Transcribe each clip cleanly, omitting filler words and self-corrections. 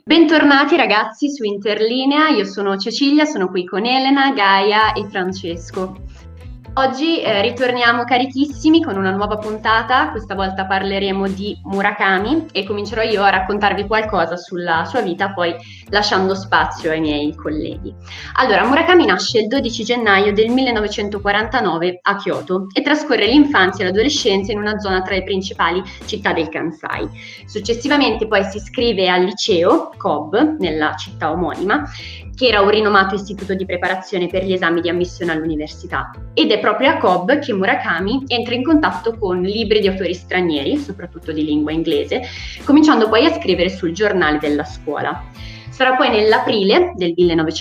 Bentornati ragazzi su Interlinea, io sono Cecilia, sono qui con Elena, Gaia e Francesco. Oggi ritorniamo carichissimi con una nuova puntata, questa volta parleremo di Murakami e comincerò io a raccontarvi qualcosa sulla sua vita, poi lasciando spazio ai miei colleghi. Allora, Murakami nasce il 12 gennaio del 1949 a Kyoto e trascorre l'infanzia e l'adolescenza in una zona tra le principali città del Kansai. Successivamente poi si iscrive al liceo Kobe, nella città omonima, che era un rinomato istituto di preparazione per gli esami di ammissione all'università. Ed è proprio a Kobe che Murakami entra in contatto con libri di autori stranieri, soprattutto di lingua inglese, cominciando poi a scrivere sul giornale della scuola. Sarà poi nell'aprile del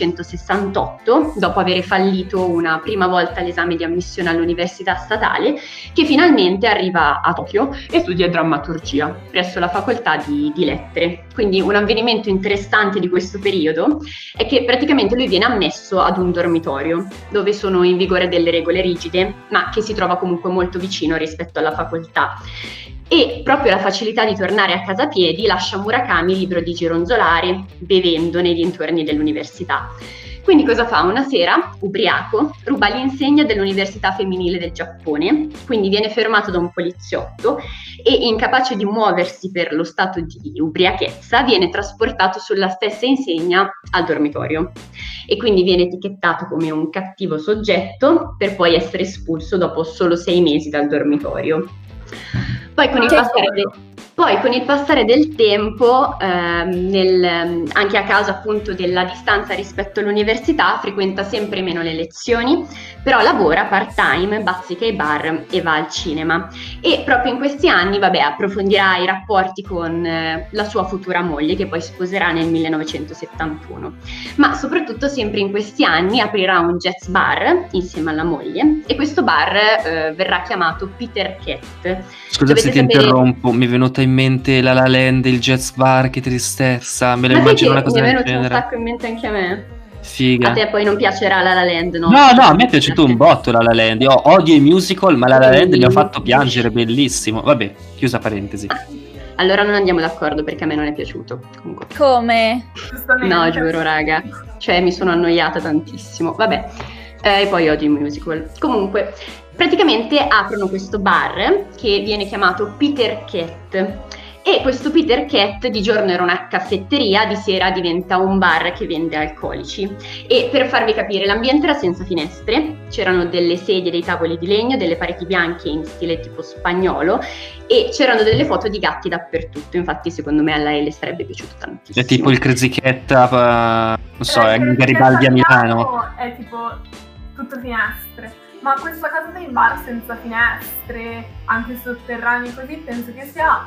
1968, dopo aver fallito una prima volta l'esame di ammissione all'università statale, che finalmente arriva a Tokyo e studia drammaturgia presso la facoltà di lettere. Quindi un avvenimento interessante di questo periodo è che praticamente lui viene ammesso ad un dormitorio, dove sono in vigore delle regole rigide, ma che si trova comunque molto vicino rispetto alla facoltà. E proprio la facilità di tornare a casa a piedi lascia Murakami libero di gironzolare, bevendo nei dintorni dell'università. Quindi cosa fa? Una sera, ubriaco, ruba l'insegna dell'Università Femminile del Giappone, quindi viene fermato da un poliziotto e, incapace di muoversi per lo stato di ubriachezza, viene trasportato sulla stessa insegna al dormitorio e quindi viene etichettato come un cattivo soggetto per poi essere espulso dopo solo 6 mesi dal dormitorio. Poi con il passare del tempo, anche a causa appunto della distanza rispetto all'università, frequenta sempre meno le lezioni, però lavora part-time, bazzica i bar e va al cinema. E proprio in questi anni, approfondirà i rapporti con la sua futura moglie, che poi sposerà nel 1971. Ma soprattutto sempre in questi anni aprirà un jazz bar insieme alla moglie, e questo bar verrà chiamato Peter Cat. Scusa se ti interrompo, mi è venuta in mente La La Land, il jazz bar, che tristezza, me lo immagino una cosa del genere. Mi è venuto un sacco in mente anche a me. Figa. A te poi non piacerà La La Land, no? No, a me è piaciuto un botto La La Land, io odio i musical, ma La La Land mi ha fatto piangere, bellissimo. Vabbè, chiusa parentesi. Allora non andiamo d'accordo perché a me non è piaciuto. Comunque. Come? No, giuro raga, cioè mi sono annoiata tantissimo, vabbè. E poi odio i musical. Comunque, praticamente aprono questo bar che viene chiamato Peter Cat. E questo Peter Cat di giorno era una caffetteria, di sera diventa un bar che vende alcolici. E per farvi capire, l'ambiente era senza finestre, c'erano delle sedie, dei tavoli di legno, delle pareti bianche in stile tipo spagnolo e c'erano delle foto di gatti dappertutto. Infatti secondo me a lei le sarebbe piaciuto tantissimo. È tipo il Crazy Cat, non so, è Garibaldi a Milano. È tipo tutto finestre. Ma questa cosa dei bar senza finestre, anche sotterranei così, penso che sia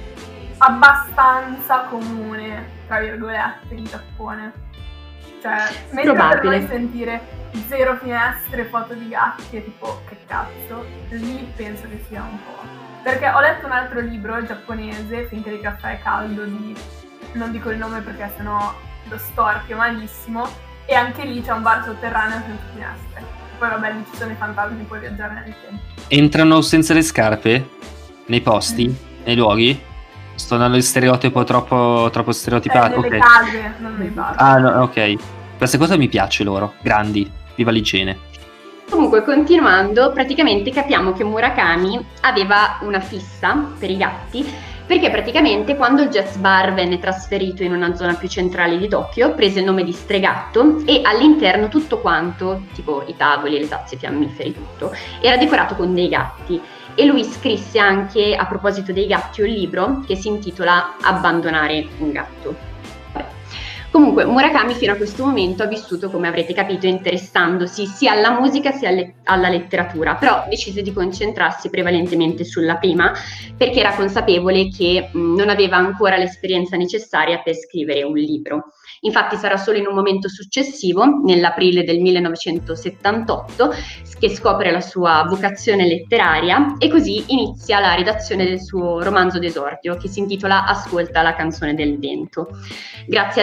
abbastanza comune, tra virgolette, in Giappone. Cioè, mentre per noi sentire 0 finestre, foto di gatti è tipo, che cazzo, lì penso che sia un po'. Perché ho letto un altro libro giapponese, Finché il caffè è caldo, non dico il nome perché sennò lo storpio malissimo, e anche lì c'è un bar sotterraneo senza finestre. Poi vabbè, lì ci sono i fantasmi, puoi viaggiare nel tempo. Entrano senza le scarpe? Nei posti? Nei luoghi? Sto dando il stereotipo troppo stereotipato. Nelle case, non nei bar. Ah, no, ok. Questa cosa mi piace loro. Grandi. Viva l'igiene. Comunque, continuando, praticamente capiamo che Murakami aveva una fissa per i gatti, perché praticamente quando il jazz bar venne trasferito in una zona più centrale di Tokyo prese il nome di Stregatto e all'interno tutto quanto, tipo i tavoli, le tazze, i fiammiferi, tutto, era decorato con dei gatti. E lui scrisse anche, a proposito dei gatti, un libro che si intitola Abbandonare un gatto. Comunque Murakami fino a questo momento ha vissuto, come avrete capito, interessandosi sia alla musica sia alla letteratura, però decise di concentrarsi prevalentemente sulla prima perché era consapevole che non aveva ancora l'esperienza necessaria per scrivere un libro. Infatti sarà solo in un momento successivo, nell'aprile del 1978, che scopre la sua vocazione letteraria e così inizia la redazione del suo romanzo d'esordio che si intitola Ascolta la canzone del vento. Grazie ad esso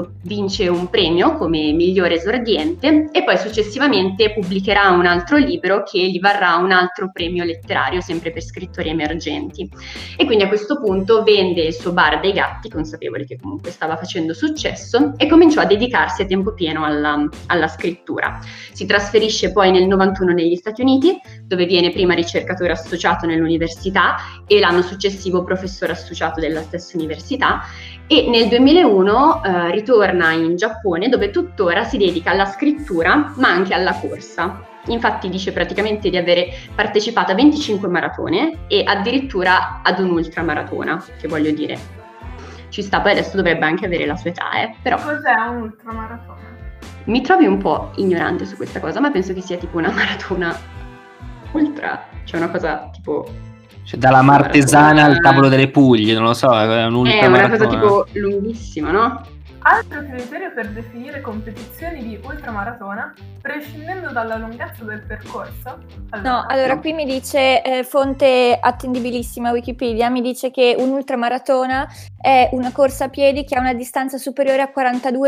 appunto vince un premio come migliore esordiente e poi successivamente pubblicherà un altro libro che gli varrà un altro premio letterario, sempre per scrittori emergenti. E quindi a questo punto vende il suo bar dei gatti, consapevole che comunque stava facendo successo, e cominciò a dedicarsi a tempo pieno alla scrittura. Si trasferisce poi nel 91 negli Stati Uniti, dove viene prima ricercatore associato nell'università e l'anno successivo professore associato della stessa università, e nel 2001 ritorna in Giappone, dove tuttora si dedica alla scrittura ma anche alla corsa. Infatti dice praticamente di avere partecipato a 25 maratone e addirittura ad un'ultramaratona, che voglio dire, ci sta, poi adesso dovrebbe anche avere la sua età, però... Cos'è un'ultramaratona? Mi trovi un po' ignorante su questa cosa, ma penso che sia tipo una maratona ultra, cioè una cosa tipo... Cioè, dalla Martesana al tavolo delle Puglie, non lo so, è una cosa tipo lunghissima, no? Altro criterio per definire competizioni di ultramaratona, prescindendo dalla lunghezza del percorso. Allora qui mi dice, fonte attendibilissima Wikipedia, mi dice che un'ultramaratona è una corsa a piedi che ha una distanza superiore a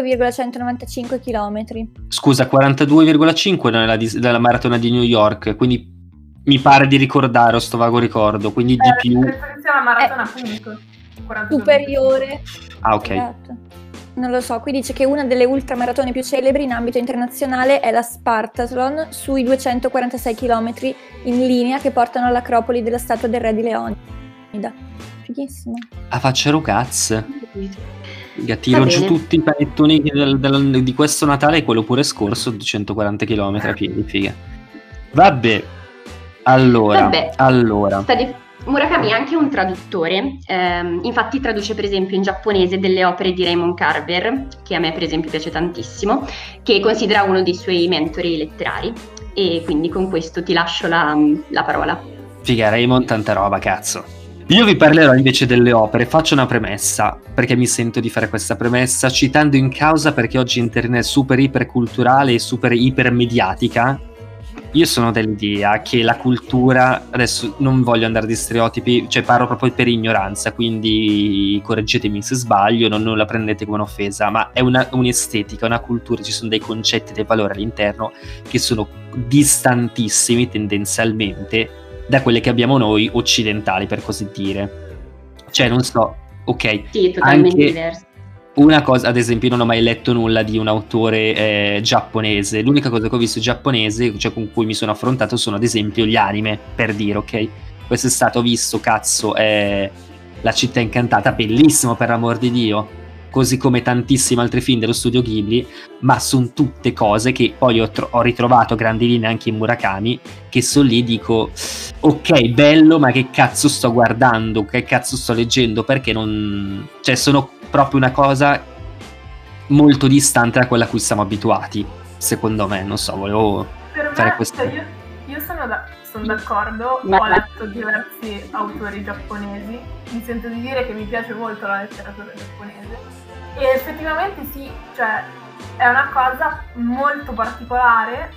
42,195 km. Scusa, 42,5 non è la maratona di New York, quindi mi pare di ricordare, ho sto vago ricordo, quindi di più... Penso che sia la maratona comunque. Superiore. Ah, ok. Esatto. Non lo so, qui dice che una delle ultramaratone più celebri in ambito internazionale è la Spartathlon sui 246 km in linea che portano all'acropoli della statua del re di Leonida. Fighissimo. A faccia cazzo. Tiro giù tutti i panettoni di questo Natale e quello pure scorso, 240 km a piedi, figa. Vabbè. Allora. Murakami è anche un traduttore, infatti traduce per esempio in giapponese delle opere di Raymond Carver, che a me per esempio piace tantissimo, che considera uno dei suoi mentori letterari, e quindi con questo ti lascio la parola. Figa, Raymond, tanta roba, cazzo. Io vi parlerò invece delle opere, faccio una premessa, perché mi sento di fare questa premessa, citando in causa perché oggi internet è super iperculturale e super ipermediatica. Io sono dell'idea che la cultura, adesso non voglio andare di stereotipi, cioè parlo proprio per ignoranza, quindi correggetemi se sbaglio, non la prendete come un'offesa, ma è un'estetica, una cultura, ci sono dei concetti, dei valori all'interno che sono distantissimi tendenzialmente da quelle che abbiamo noi occidentali, per così dire. Cioè, non so, ok. Sì, totalmente diverso. Una cosa, ad esempio, non ho mai letto nulla di un autore giapponese. L'unica cosa che ho visto giapponese, cioè con cui mi sono affrontato, sono ad esempio gli anime, per dire, ok? Quest'estate ho visto, cazzo, La città incantata, bellissimo per l'amor di Dio, così come tantissimi altri film dello studio Ghibli, ma sono tutte cose che poi ho ritrovato a grandi linee anche in Murakami, che sono lì, dico, ok, bello, ma che cazzo sto guardando, che cazzo sto leggendo, perché non... Cioè, sono proprio una cosa molto distante da quella a cui siamo abituati, secondo me, non so, volevo fare questo. Io sono d'accordo, ho letto diversi autori giapponesi, mi sento di dire che mi piace molto la letteratura giapponese e effettivamente sì, cioè è una cosa molto particolare,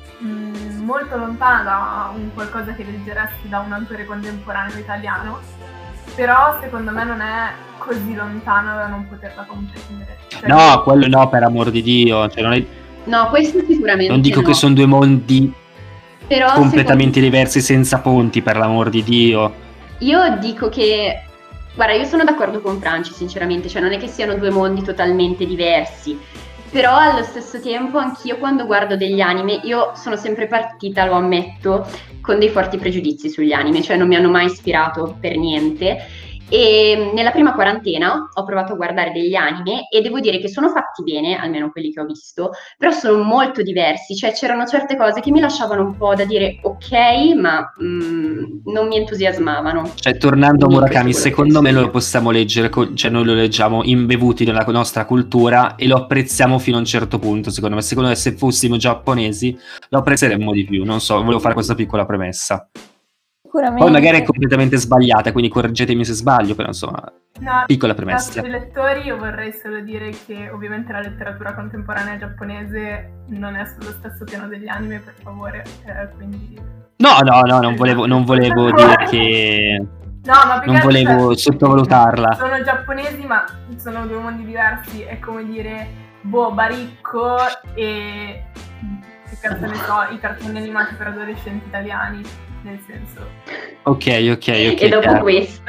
molto lontana da un qualcosa che leggeresti da un autore contemporaneo italiano, però secondo me non è così lontana da non poterla comprendere. Cioè, no, quello no, per amor di Dio, cioè non è... No, questo sicuramente non dico no. Che sono due mondi però completamente diversi, senza ponti, per l'amor di Dio. Io dico che, guarda, io sono d'accordo con Franci, sinceramente, cioè non è che siano due mondi totalmente diversi, però allo stesso tempo anch'io quando guardo degli anime, io sono sempre partita, lo ammetto, con dei forti pregiudizi sugli anime, cioè non mi hanno mai ispirato per niente. E nella prima quarantena ho provato a guardare degli anime e devo dire che sono fatti bene, almeno quelli che ho visto, però sono molto diversi, cioè c'erano certe cose che mi lasciavano un po' da dire ok, ma non mi entusiasmavano. Cioè, tornando a Murakami, secondo me lo possiamo leggere, cioè noi lo leggiamo imbevuti nella nostra cultura e lo apprezziamo fino a un certo punto, secondo me se fossimo giapponesi lo apprezzeremmo di più, non so, volevo fare questa piccola premessa. Poi magari è completamente sbagliata, quindi correggetemi se sbaglio, però insomma, piccola premessa. Per i lettori io vorrei solo dire che ovviamente la letteratura contemporanea giapponese non è sullo stesso piano degli anime, per favore, quindi... No, non volevo dire che... No, ma non volevo sottovalutarla. Sono giapponesi, ma sono due mondi diversi. È come dire, Baricco e che cazzo ne so, i cartoni animati per adolescenti italiani, nel senso. Ok. E dopo chiaro. questa.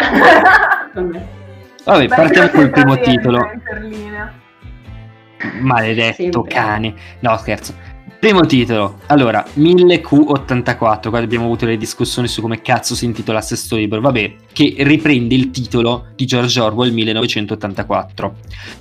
Vabbè, partiamo col primo titolo. Interlinea. Maledetto Sempre. cane. No, scherzo. Primo titolo. Allora, 1000Q84. Qua abbiamo avuto le discussioni su come cazzo si intitolasse sto libro. Vabbè, che riprende il titolo di George Orwell 1984.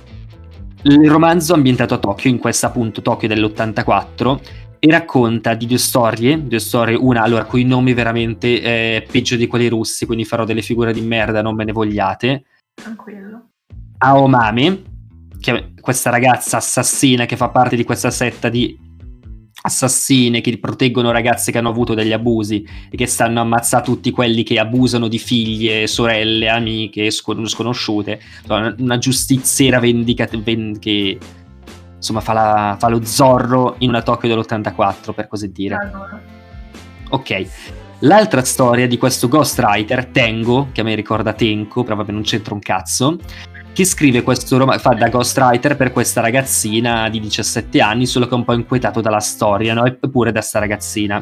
Il romanzo ambientato a Tokyo, in questa appunto Tokyo dell'84, e racconta di due storie, una allora con i nomi veramente peggio di quelli russi, quindi farò delle figure di merda, non me ne vogliate. Tranquillo. Aomame, che è questa ragazza assassina che fa parte di questa setta di assassine che proteggono ragazze che hanno avuto degli abusi e che stanno a ammazzare tutti quelli che abusano di figlie, sorelle, amiche, sconosciute. Una giustiziera che insomma fa lo Zorro in una Tokyo dell'84, per così dire. Ok. L'altra storia di questo ghostwriter, Tengo, che a me ricorda Tenko, però vabbè non c'entra un cazzo, che scrive questo romanzo, fa da ghostwriter per questa ragazzina di 17 anni, solo che è un po' inquietato dalla storia, no? Eppure da sta ragazzina.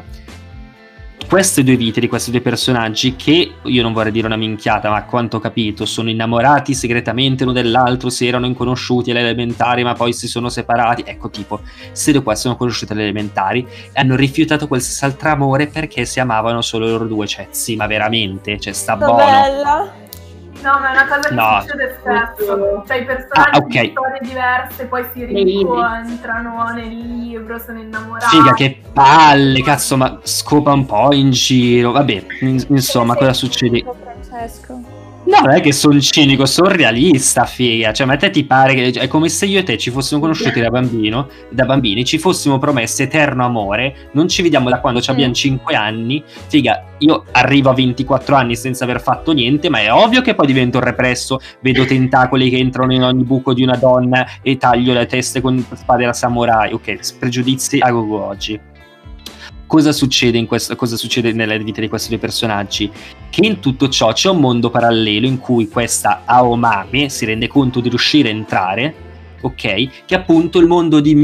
Queste due vite di questi due personaggi, che io non vorrei dire una minchiata, ma a quanto ho capito sono innamorati segretamente uno dell'altro, si erano inconosciuti alle elementari ma poi si sono separati, ecco, tipo se due qua sono conosciuti alle elementari e hanno rifiutato qualsiasi altro amore perché si amavano solo loro due cezzi, ma veramente, cioè sta buono. Bella. No, ma è una cosa che succede spesso. Cioè i personaggi di storie diverse poi si rincontrano nel libro, sono innamorati. Figa, che palle, cazzo, ma scopa un po' in giro. Vabbè, insomma, cosa succede? Francesco. No, non è che sono cinico, sono realista, figa. Cioè, ma a te ti pare che è come se io e te ci fossimo conosciuti da bambini, ci fossimo promessi eterno amore, non ci vediamo da quando abbiamo 5 anni. Figa, io arrivo a 24 anni senza aver fatto niente, ma è ovvio che poi divento un represso, vedo tentacoli che entrano in ogni buco di una donna e taglio le teste con spade da samurai. Ok, pregiudizi a gogo oggi. Cosa succede nella vita di questi due personaggi? Che in tutto ciò c'è un mondo parallelo in cui questa Aomame si rende conto di riuscire a entrare, ok? Che è appunto il mondo di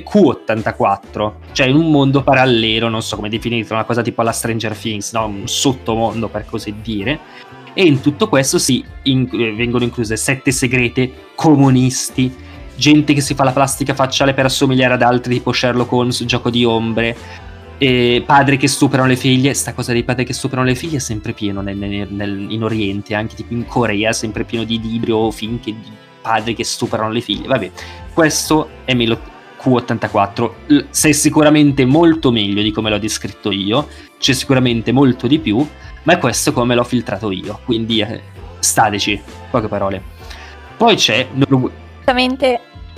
1000Q84, cioè in un mondo parallelo, non so come definirlo, una cosa tipo alla Stranger Things, no? Un sottomondo per così dire. E in tutto questo vengono incluse sette segrete, comunisti, gente che si fa la plastica facciale per assomigliare ad altri tipo Sherlock Holmes, Gioco di ombre, padri che stuprano le figlie. Sta cosa dei padri che stuprano le figlie è sempre pieno in Oriente, anche tipo in Corea, sempre pieno di libri o film di padri che stuprano le figlie. Vabbè, questo è 1000Q84, sei sicuramente molto meglio di come l'ho descritto io, c'è sicuramente molto di più, ma è questo come l'ho filtrato io, quindi stateci, poche parole. Poi c'è Esattamente.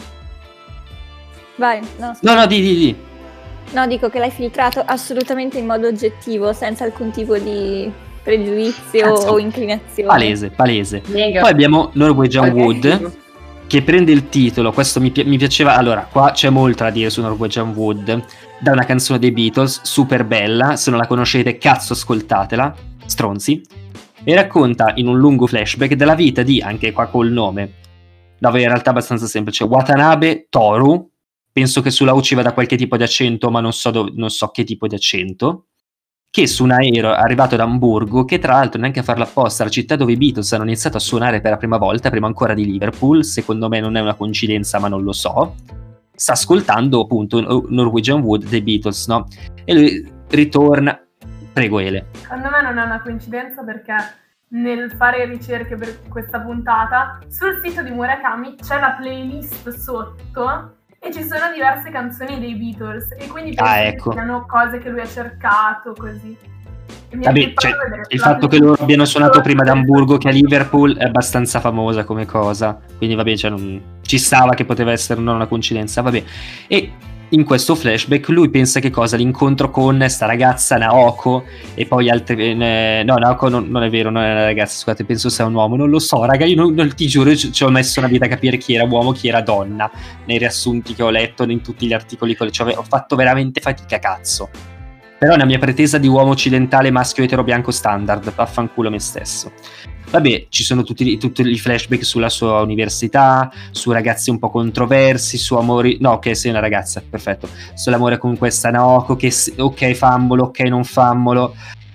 Vai, no, di. No, dico che l'hai filtrato assolutamente in modo oggettivo, senza alcun tipo di pregiudizio o inclinazione. Palese. Mega. Poi abbiamo Norwegian Wood, che prende il titolo, questo mi piaceva, allora, qua c'è molto da dire su Norwegian Wood, da una canzone dei Beatles, super bella, se non la conoscete, cazzo ascoltatela, stronzi, e racconta in un lungo flashback della vita di, anche qua col nome, dove in realtà è abbastanza semplice, Watanabe Toru, penso che sulla U ci vada qualche tipo di accento, ma non so che tipo di accento, che su un aereo è arrivato ad Amburgo, che tra l'altro neanche a farlo apposta, la città dove i Beatles hanno iniziato a suonare per la prima volta, prima ancora di Liverpool, secondo me non è una coincidenza, ma non lo so, sta ascoltando appunto Norwegian Wood dei Beatles, no? E lui ritorna, prego Ele. Secondo me non è una coincidenza perché nel fare ricerche per questa puntata, sul sito di Murakami c'è la playlist sotto e ci sono diverse canzoni dei Beatles e quindi penso che siano cose che lui ha cercato così. Vabbè, cioè, il fatto che loro abbiano suonato prima ad Amburgo che a Liverpool è abbastanza famosa come cosa, quindi vabbè, cioè, ci stava che poteva essere non una coincidenza, vabbè. E in questo flashback lui pensa che cosa? L'incontro con sta ragazza Naoko e poi altri... no, Naoko non è vero, non è una ragazza, scusate, penso sia un uomo, non lo so, raga, io non ti giuro, ci ho messo una vita a capire chi era uomo, chi era donna, nei riassunti che ho letto, in tutti gli articoli che ho fatto veramente fatica, cazzo. Però è una mia pretesa di uomo occidentale maschio etero bianco standard, vaffanculo me stesso. Vabbè, ci sono tutti i flashback sulla sua università, su ragazzi un po' controversi, su amori... No, ok, sei una ragazza, perfetto. Sull'amore con questa Naoko, che ok, fammolo, ok, non fammolo.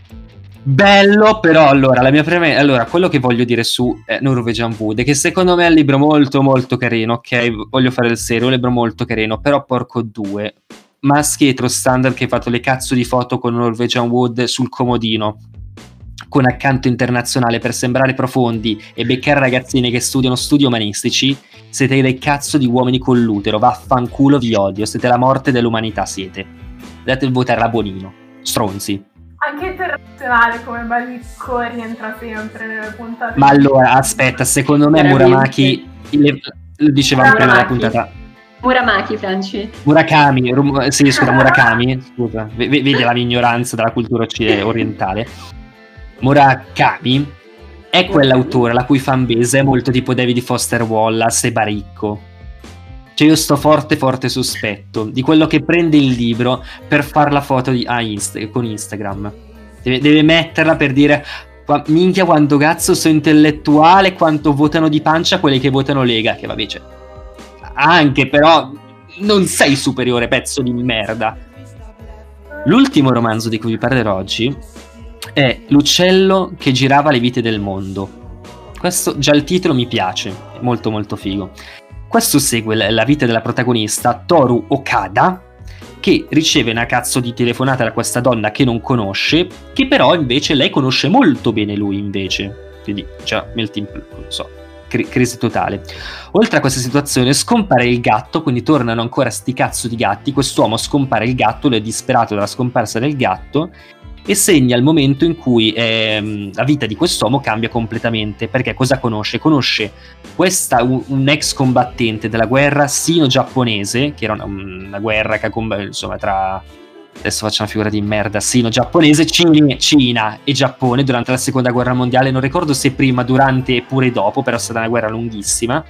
Bello, però allora, allora, quello che voglio dire su Norwegian Wood è che secondo me è un libro molto molto carino, ok? Voglio fare il serio, un libro molto carino, però porco due. Maschi etero standard che hai fatto le cazzo di foto con Norwegian Wood sul comodino con accanto internazionale per sembrare profondi e beccare ragazzine che studiano studi umanistici, siete dei cazzo di uomini con l'utero, vaffanculo, vi odio, siete la morte dell'umanità, siete. Date il voto a Bonino, stronzi. Anche internazionale come Balicco rientra sempre nelle puntate. Ma allora, aspetta, secondo me Muramaki, lo dicevamo prima nella puntata. Muramaki, Franci. Murakami, sì, scusa, Murakami, scusa, vedi la mia ignoranza della cultura orientale. Murakami è quell'autore la cui fanbase è molto tipo David Foster Wallace e Baricco. Cioè io sto forte sospetto di quello che prende il libro per fare la foto con Instagram. Deve metterla per dire minchia quanto cazzo sono intellettuale, quanto votano di pancia quelli che votano Lega, che vabbè c'è. Anche però non sei superiore, pezzo di merda. L'ultimo romanzo di cui vi parlerò oggi è L'uccello che girava le vite del mondo. Questo già il titolo mi piace, è molto molto figo. Questo segue la vita della protagonista Toru Okada, che riceve una cazzo di telefonata da questa donna che non conosce, che però invece lei conosce molto bene lui invece. Quindi già melting, non so, crisi totale. Oltre a questa situazione scompare il gatto, quindi tornano ancora sti cazzo di gatti. Quest'uomo scompare il gatto, lui è disperato dalla scomparsa del gatto e segna il momento in cui la vita di quest'uomo cambia completamente, perché cosa conosce? Conosce un ex combattente della guerra sino-giapponese, che era una guerra che insomma tra, adesso faccio una figura di merda, sino-giapponese, Cina e Giappone durante la seconda guerra mondiale, non ricordo se prima, durante e pure dopo, però è stata una guerra lunghissima,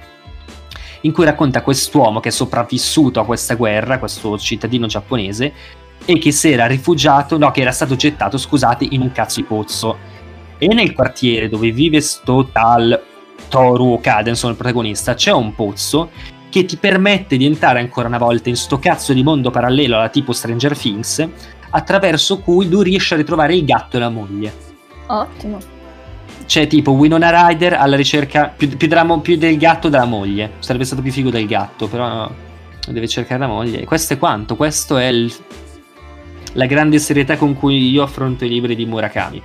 in cui racconta quest'uomo che è sopravvissuto a questa guerra, questo cittadino giapponese, e che si era rifugiato, no, che era stato gettato, scusate, in un cazzo di pozzo. E nel quartiere dove vive sto tal Toru Okada, insomma il protagonista, c'è un pozzo che ti permette di entrare ancora una volta in sto cazzo di mondo parallelo alla tipo Stranger Things, attraverso cui lui riesce a ritrovare il gatto e la moglie. Ottimo. C'è tipo Winona Ryder alla ricerca più del gatto della moglie. Sarebbe stato più figo del gatto, però deve cercare la moglie. Questo è quanto, questo è la grande serietà con cui io affronto i libri di Murakami.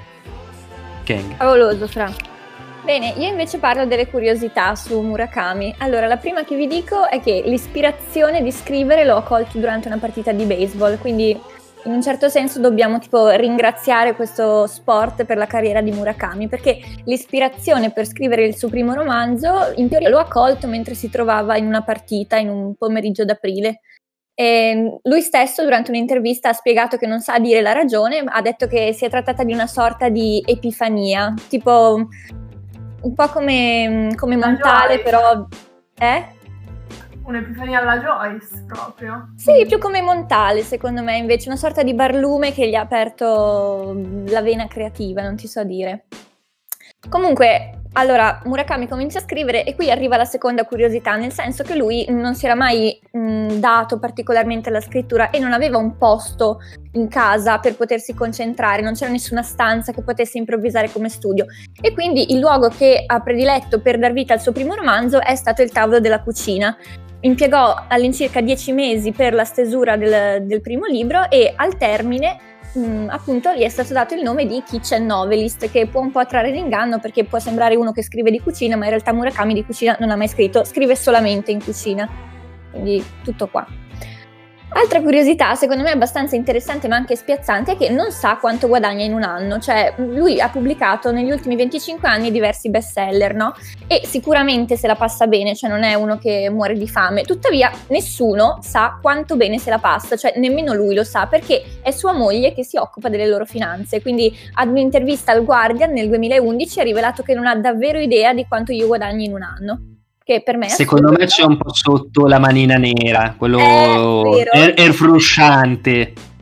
Kang. Favoloso, Fra. Bene, io invece parlo delle curiosità su Murakami. Allora, la prima che vi dico è che l'ispirazione di scrivere l'ho colto durante una partita di baseball, quindi in un certo senso dobbiamo tipo ringraziare questo sport per la carriera di Murakami, perché l'ispirazione per scrivere il suo primo romanzo in teoria lo ha colto mentre si trovava in una partita in un pomeriggio d'aprile. E lui stesso durante un'intervista ha spiegato che non sa dire la ragione, ma ha detto che si è trattata di una sorta di epifania, tipo un po' come Montale, però un'epifania alla Joyce proprio. Sì, più come Montale secondo me, invece una sorta di barlume che gli ha aperto la vena creativa, non ti so dire. Comunque, allora, Murakami comincia a scrivere e qui arriva la seconda curiosità, nel senso che lui non si era mai dato particolarmente alla scrittura e non aveva un posto in casa per potersi concentrare, non c'era nessuna stanza che potesse improvvisare come studio e quindi il luogo che ha prediletto per dar vita al suo primo romanzo è stato il tavolo della cucina. Impiegò all'incirca 10 mesi per la stesura del primo libro e al termine appunto gli è stato dato il nome di kitchen novelist, che può un po' trarre in inganno perché può sembrare uno che scrive di cucina, ma in realtà Murakami di cucina non ha mai scritto, scrive solamente in cucina, quindi tutto qua. Altra curiosità, secondo me abbastanza interessante ma anche spiazzante, è che non sa quanto guadagna in un anno, cioè lui ha pubblicato negli ultimi 25 anni diversi bestseller, no? E sicuramente se la passa bene, cioè non è uno che muore di fame, tuttavia nessuno sa quanto bene se la passa, cioè nemmeno lui lo sa perché è sua moglie che si occupa delle loro finanze, quindi ad un'intervista al Guardian nel 2011 ha rivelato che non ha davvero idea di quanto io guadagni in un anno. Che per me secondo me c'è un po' sotto la manina nera, quello è frusciante.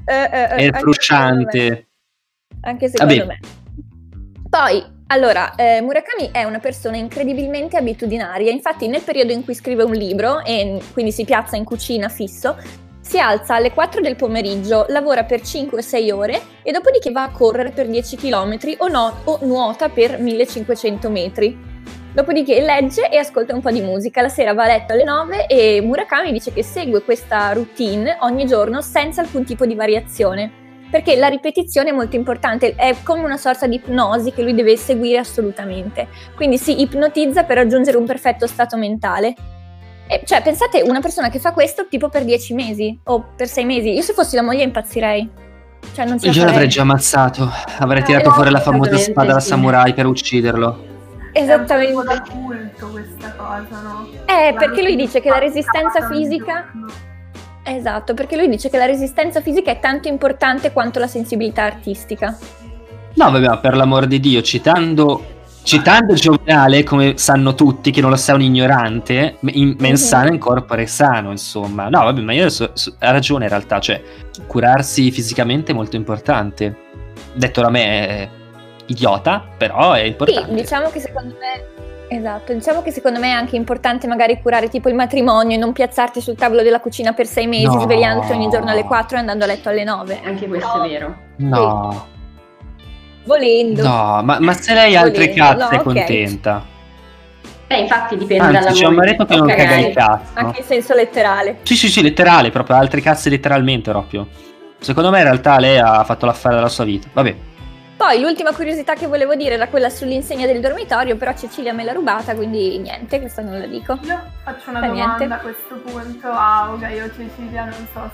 È frusciante. Anche secondo me. Poi, allora, Murakami è una persona incredibilmente abitudinaria, infatti nel periodo in cui scrive un libro e quindi si piazza in cucina fisso, si alza alle 4 del pomeriggio, lavora per 5 o 6 ore e dopodiché va a correre per 10 km o nuota per 1500 metri. Dopodiché legge e ascolta un po' di musica, la sera va a letto alle 9 e Murakami dice che segue questa routine ogni giorno senza alcun tipo di variazione, perché la ripetizione è molto importante, è come una sorta di ipnosi che lui deve seguire assolutamente, quindi si ipnotizza per raggiungere un perfetto stato mentale. Cioè, pensate, una persona che fa questo tipo per 10 mesi o per 6 mesi, io se fossi la moglie impazzirei. Cioè, non ce la Io farei. l'avrei già ammazzato, avrei tirato fuori la famosa spada da samurai per ucciderlo. Esattamente. È un po' da culto questa cosa, no? Perché lui dice che la resistenza fisica... Esatto, perché lui dice che la resistenza fisica è tanto importante quanto la sensibilità artistica. No, vabbè, ma per l'amor di Dio, citando Giovenale, come sanno tutti, che non lo sa un ignorante, mens sana in corpore sano, insomma. No, vabbè, ma io adesso ha ragione in realtà, cioè, curarsi fisicamente è molto importante. Detto da me è idiota, però è importante. Sì, diciamo che secondo me... Esatto, diciamo che secondo me è anche importante magari curare tipo il matrimonio e non piazzarti sul tavolo della cucina per 6 mesi, svegliandoti ogni giorno alle 4 e andando a letto alle 9. Anche questo è vero. No. Volendo. No, ma se lei ha altre cazze è contenta. Infatti dipende Anzi, dalla c'è un marito che non caga il cazzo. Anche in senso letterale. Sì, letterale, proprio altre cazze letteralmente proprio. Secondo me in realtà lei ha fatto l'affare della sua vita. Vabbè. Poi l'ultima curiosità che volevo dire era quella sull'insegna del dormitorio, però Cecilia me l'ha rubata, quindi niente, questa non la dico. Io faccio una domanda a questo punto a Gaia o Cecilia, non so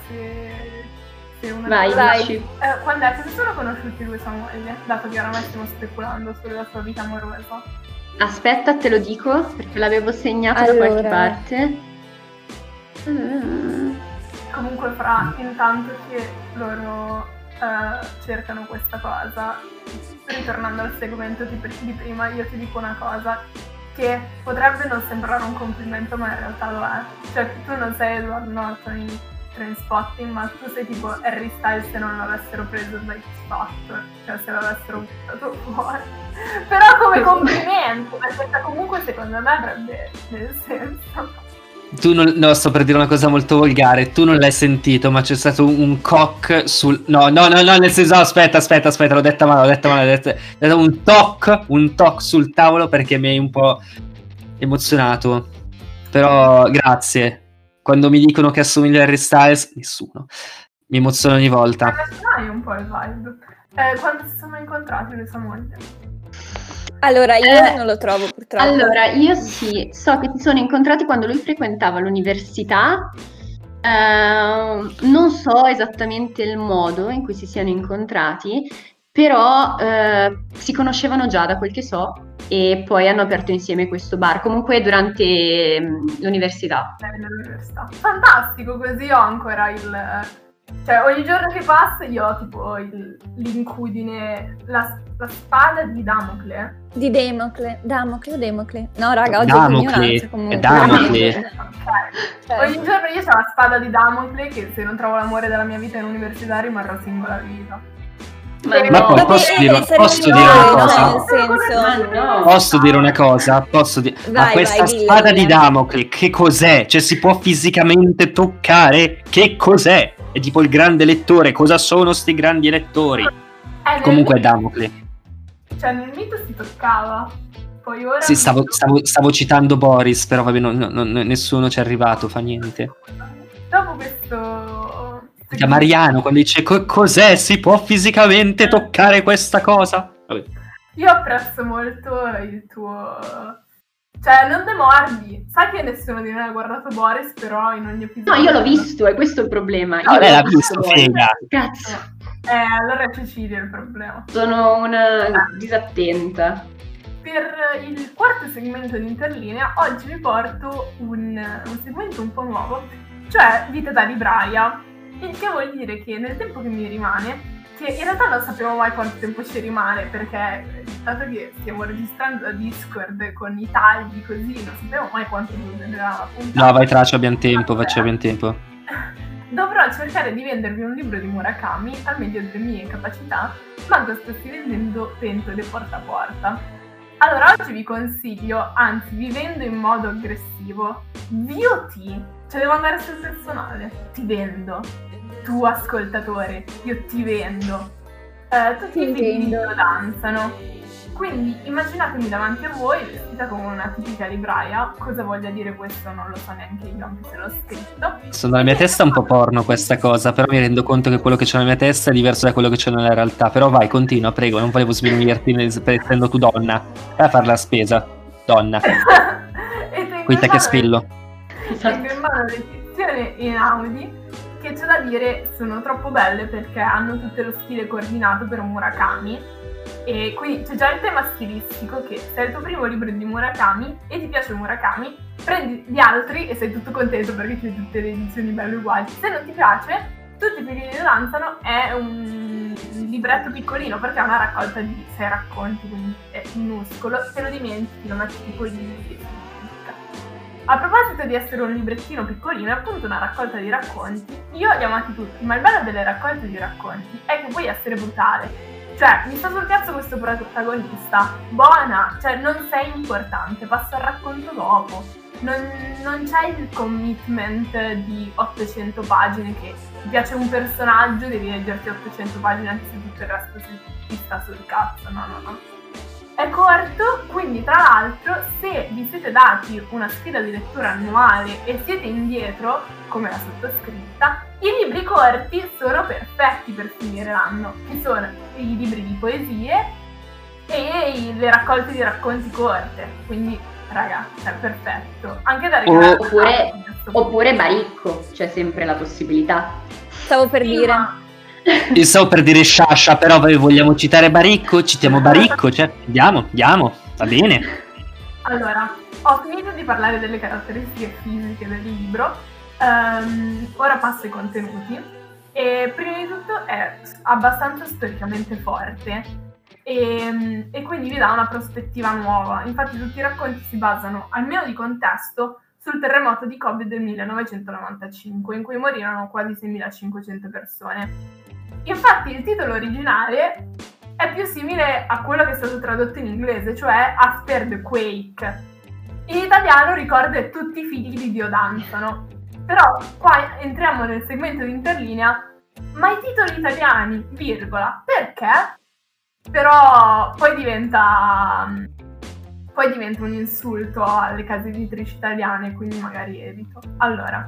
se una... Vai. Quando è che si sono conosciuti lui e sua moglie? Dato che oramai stiamo speculando sulla sua vita amorosa. Aspetta, te lo dico, perché l'avevo segnato da qualche parte. Comunque intanto che loro cercano questa cosa, ritornando al segmento di prima, io ti dico una cosa che potrebbe non sembrare un complimento, ma in realtà lo è. Cioè, tu non sei Edward Norton in Trainspotting, ma tu sei tipo Harry Styles se non l'avessero preso da X Factor, cioè se l'avessero buttato fuori. Però come complimento, perché comunque secondo me avrebbe nel senso. Tu no, sto per dire una cosa molto volgare. Tu non l'hai sentito, ma c'è stato un cock sul... No, nel senso, aspetta, l'ho detta male, un toc sul tavolo perché mi hai un po' emozionato. Però, grazie. Quando mi dicono che assomiglia a Harry Styles, nessuno. Mi emoziona ogni volta. Hai un po' il vibe. Quando si sono incontrati le sue mogli? Allora, io non lo trovo purtroppo. Allora, io sì, so che si sono incontrati quando lui frequentava l'università, non so esattamente il modo in cui si siano incontrati, però si conoscevano già da quel che so e poi hanno aperto insieme questo bar, comunque durante l'università. L'università. Fantastico, così ho ancora cioè ogni giorno che passa io ho tipo l'incudine, la spada di Damocle. Di Damocle. No raga, oggi Damocle, comunque. è Damocle. Ogni giorno io ho la spada di Damocle che se non trovo l'amore della mia vita in università rimarrò singola vita. Ma poi posso dire una cosa? Questa spada di Damocle che cos'è? Cioè si può fisicamente toccare? Che cos'è? È tipo il grande lettore, cosa sono sti grandi lettori? Comunque è Damocle. Cioè nel mito si toccava. Poi ora sì, stavo citando Boris, però vabbè, nessuno ci è arrivato, fa niente. Dopo questo... Mariano, quando dice cos'è, si può fisicamente toccare questa cosa? Vabbè. Io apprezzo molto il tuo... Cioè, non demordi. Sai che nessuno di noi ha guardato Boris, però in ogni episodio... No, io l'ho visto, e questo è il problema. No, lei l'ha visto, figa. Cazzo. Allora è Cecilia il problema. Sono una disattenta. Per il quarto segmento di Interlinea, oggi vi porto un segmento un po' nuovo, cioè Vita da libraia. Il che vuol dire che nel tempo che mi rimane, che in realtà non sappiamo mai quanto tempo ci rimane, perché dato che stiamo registrando da Discord con i tagli così, non sappiamo mai quanto durerà la puntata. No, vai traccia, abbiamo tempo, faccia abbiamo tempo. dovrò cercare di vendervi un libro di Murakami al meglio delle mie capacità, manco stessi vendendo pentole porta a porta. Allora oggi vi consiglio, anzi vi vendo in modo aggressivo, VOT, cioè devo andare sul personale, ti vendo, tu ascoltatore, io ti vendo, tutti i figli di danzano. Quindi immaginatemi davanti a voi vestita come una tipica libraia. Cosa voglia dire questo non lo so neanche io, anche se l'ho scritto. Sono nella mia testa un po' porno questa cosa, però mi rendo conto che quello che c'è nella mia testa è diverso da quello che c'è nella realtà. Però vai, continua, prego, non volevo sminuirti essendo tu donna. Vai a fare la spesa, donna. Qui te che spillo. Tengo in mano l'edizione in Audi, che c'è da dire sono troppo belle perché hanno tutto lo stile coordinato per Murakami. E quindi c'è già il tema stilistico che se è il tuo primo libro di Murakami e ti piace Murakami, prendi gli altri e sei tutto contento perché c'è tutte le edizioni belle uguali. Se non ti piace, Tutti i figli di danzano è un libretto piccolino perché è una raccolta di 6 racconti, quindi è minuscolo, te lo dimentichi, lo metti tipo lì. A proposito di essere un librettino piccolino, è appunto una raccolta di racconti. Io li ho amati tutti, ma il bello delle raccolte di racconti è che puoi essere brutale. Cioè, mi sta sul cazzo questo protagonista, buona, cioè non sei importante, passa il racconto dopo. Non c'è il commitment di 800 pagine che ti piace un personaggio, devi leggerti 800 pagine anche se tutto il resto ti sta sul cazzo, no. È corto, quindi tra l'altro se vi siete dati una sfida di lettura annuale e siete indietro, come la sottoscritta, i libri corti sono perfetti per finire l'anno, che sono i libri di poesie e le raccolte di racconti corte, quindi raga, è perfetto. Anche da regalare oppure Baricco, c'è sempre la possibilità. Stavo per dire. Io stavo per dire Sciascia, però vogliamo citare Baricco? Citiamo Baricco, cioè andiamo, va bene. Allora, ho finito di parlare delle caratteristiche fisiche del libro, ora passo ai contenuti. E prima di tutto è abbastanza storicamente forte e quindi vi dà una prospettiva nuova. Infatti tutti i racconti si basano, almeno di contesto, sul terremoto di Kobe del 1995, in cui morirono quasi 6.500 persone. Infatti il titolo originale è più simile a quello che è stato tradotto in inglese, cioè After the Quake. In italiano ricorda Tutti i figli di Dio danzano. Però qua entriamo nel segmento di interlinea, ma i titoli italiani, virgola, perché? Però poi diventa un insulto alle case editrici italiane, quindi magari evito. Allora,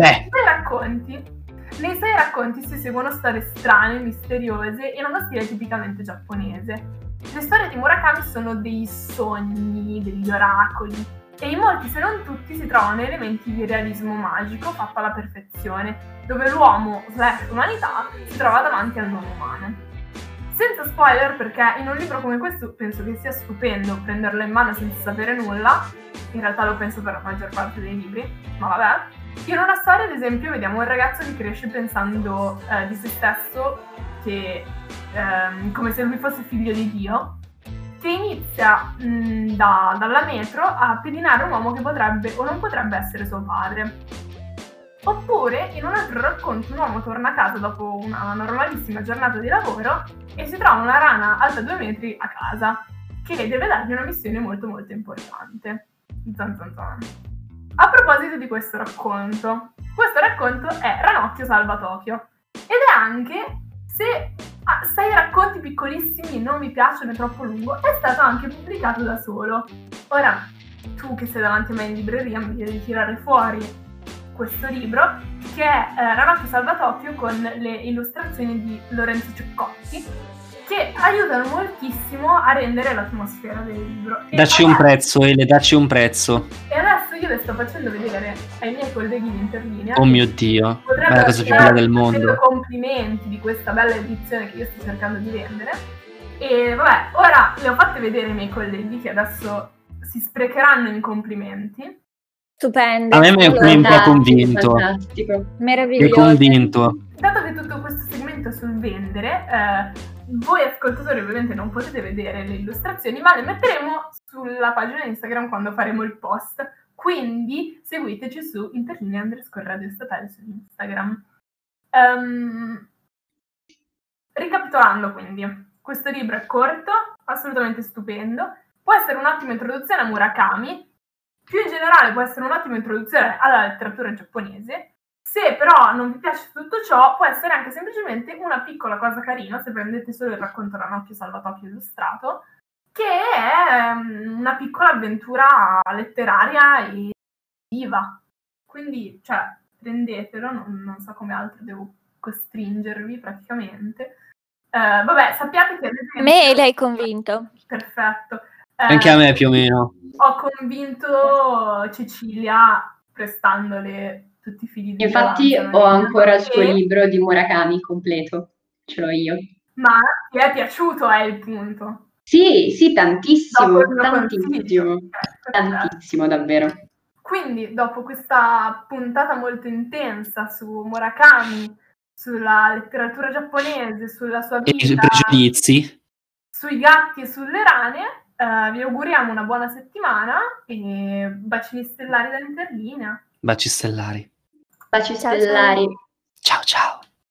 nei sei racconti si seguono storie strane, misteriose in uno stile tipicamente giapponese. Le storie di Murakami sono dei sogni, degli oracoli, e in molti, se non tutti, si trovano elementi di realismo magico fatto alla perfezione, dove l'uomo, l'umanità, si trova davanti al non umano. Senza spoiler, perché in un libro come questo penso che sia stupendo prenderlo in mano senza sapere nulla, in realtà lo penso per la maggior parte dei libri, ma vabbè. In una storia, ad esempio, vediamo un ragazzo che cresce pensando di se stesso che come se lui fosse figlio di Dio, che inizia dalla metro a pedinare un uomo che potrebbe o non potrebbe essere suo padre. Oppure, in un altro racconto, un uomo torna a casa dopo una normalissima giornata di lavoro e si trova una rana alta 2 metri a casa, che deve dargli una missione molto molto importante. Zan zan zan. A proposito di questo racconto è Ranocchio salva Tokyo, ed è anche, se 6 racconti piccolissimi non vi piacciono, è troppo lungo, è stato anche pubblicato da solo. Ora, tu che sei davanti a me in libreria mi devi tirare fuori questo libro, che è Ranocchio salva Tokyo, con le illustrazioni di Lorenzo Ceccotti, che aiutano moltissimo a rendere l'atmosfera del libro. Dacci un prezzo, Ele, dacci un prezzo. E adesso io le sto facendo vedere ai miei colleghi di Interlinea. Oh mio Dio, è la cosa più bella del mondo. Complimenti di questa bella edizione che io sto cercando di vendere. E vabbè, ora le ho fatte vedere ai miei colleghi, che adesso si sprecheranno in complimenti. Stupendo. A me mi è un po' convinto. Fantastico. Meraviglioso. Mi è convinto. Dato che tutto questo segmento è sul vendere, voi ascoltatori ovviamente non potete vedere le illustrazioni, ma le metteremo sulla pagina Instagram quando faremo il post. Quindi seguiteci su Interlinea_Radio Statale su Instagram. Ricapitolando quindi, questo libro è corto, assolutamente stupendo, può essere un'ottima introduzione a Murakami, più in generale può essere un'ottima introduzione alla letteratura giapponese. Se però non vi piace tutto ciò, può essere anche semplicemente una piccola cosa carina, se prendete solo il racconto Ranocchio Salvatocchio illustrato, che è una piccola avventura letteraria e viva. Quindi, cioè, prendetelo, non so come altro devo costringervi praticamente. Vabbè, sappiate che... Me l'hai convinto. Perfetto. Anche a me più o meno. Ho convinto Cecilia prestandole tutti i figli di Infatti Giovanna, ho ancora il suo libro di Murakami completo, ce l'ho io. Ma ti è piaciuto, è il punto. Sì, tantissimo, Dopo il mio consiglio. tantissimo davvero. Quindi, dopo questa puntata molto intensa su Murakami, sulla letteratura giapponese, sulla sua E i vita, pregiudizi. sui gatti e sulle rane, vi auguriamo una buona settimana e bacini stellari da Interlinea. Baci stellari. Baci stellari. Ciao ciao.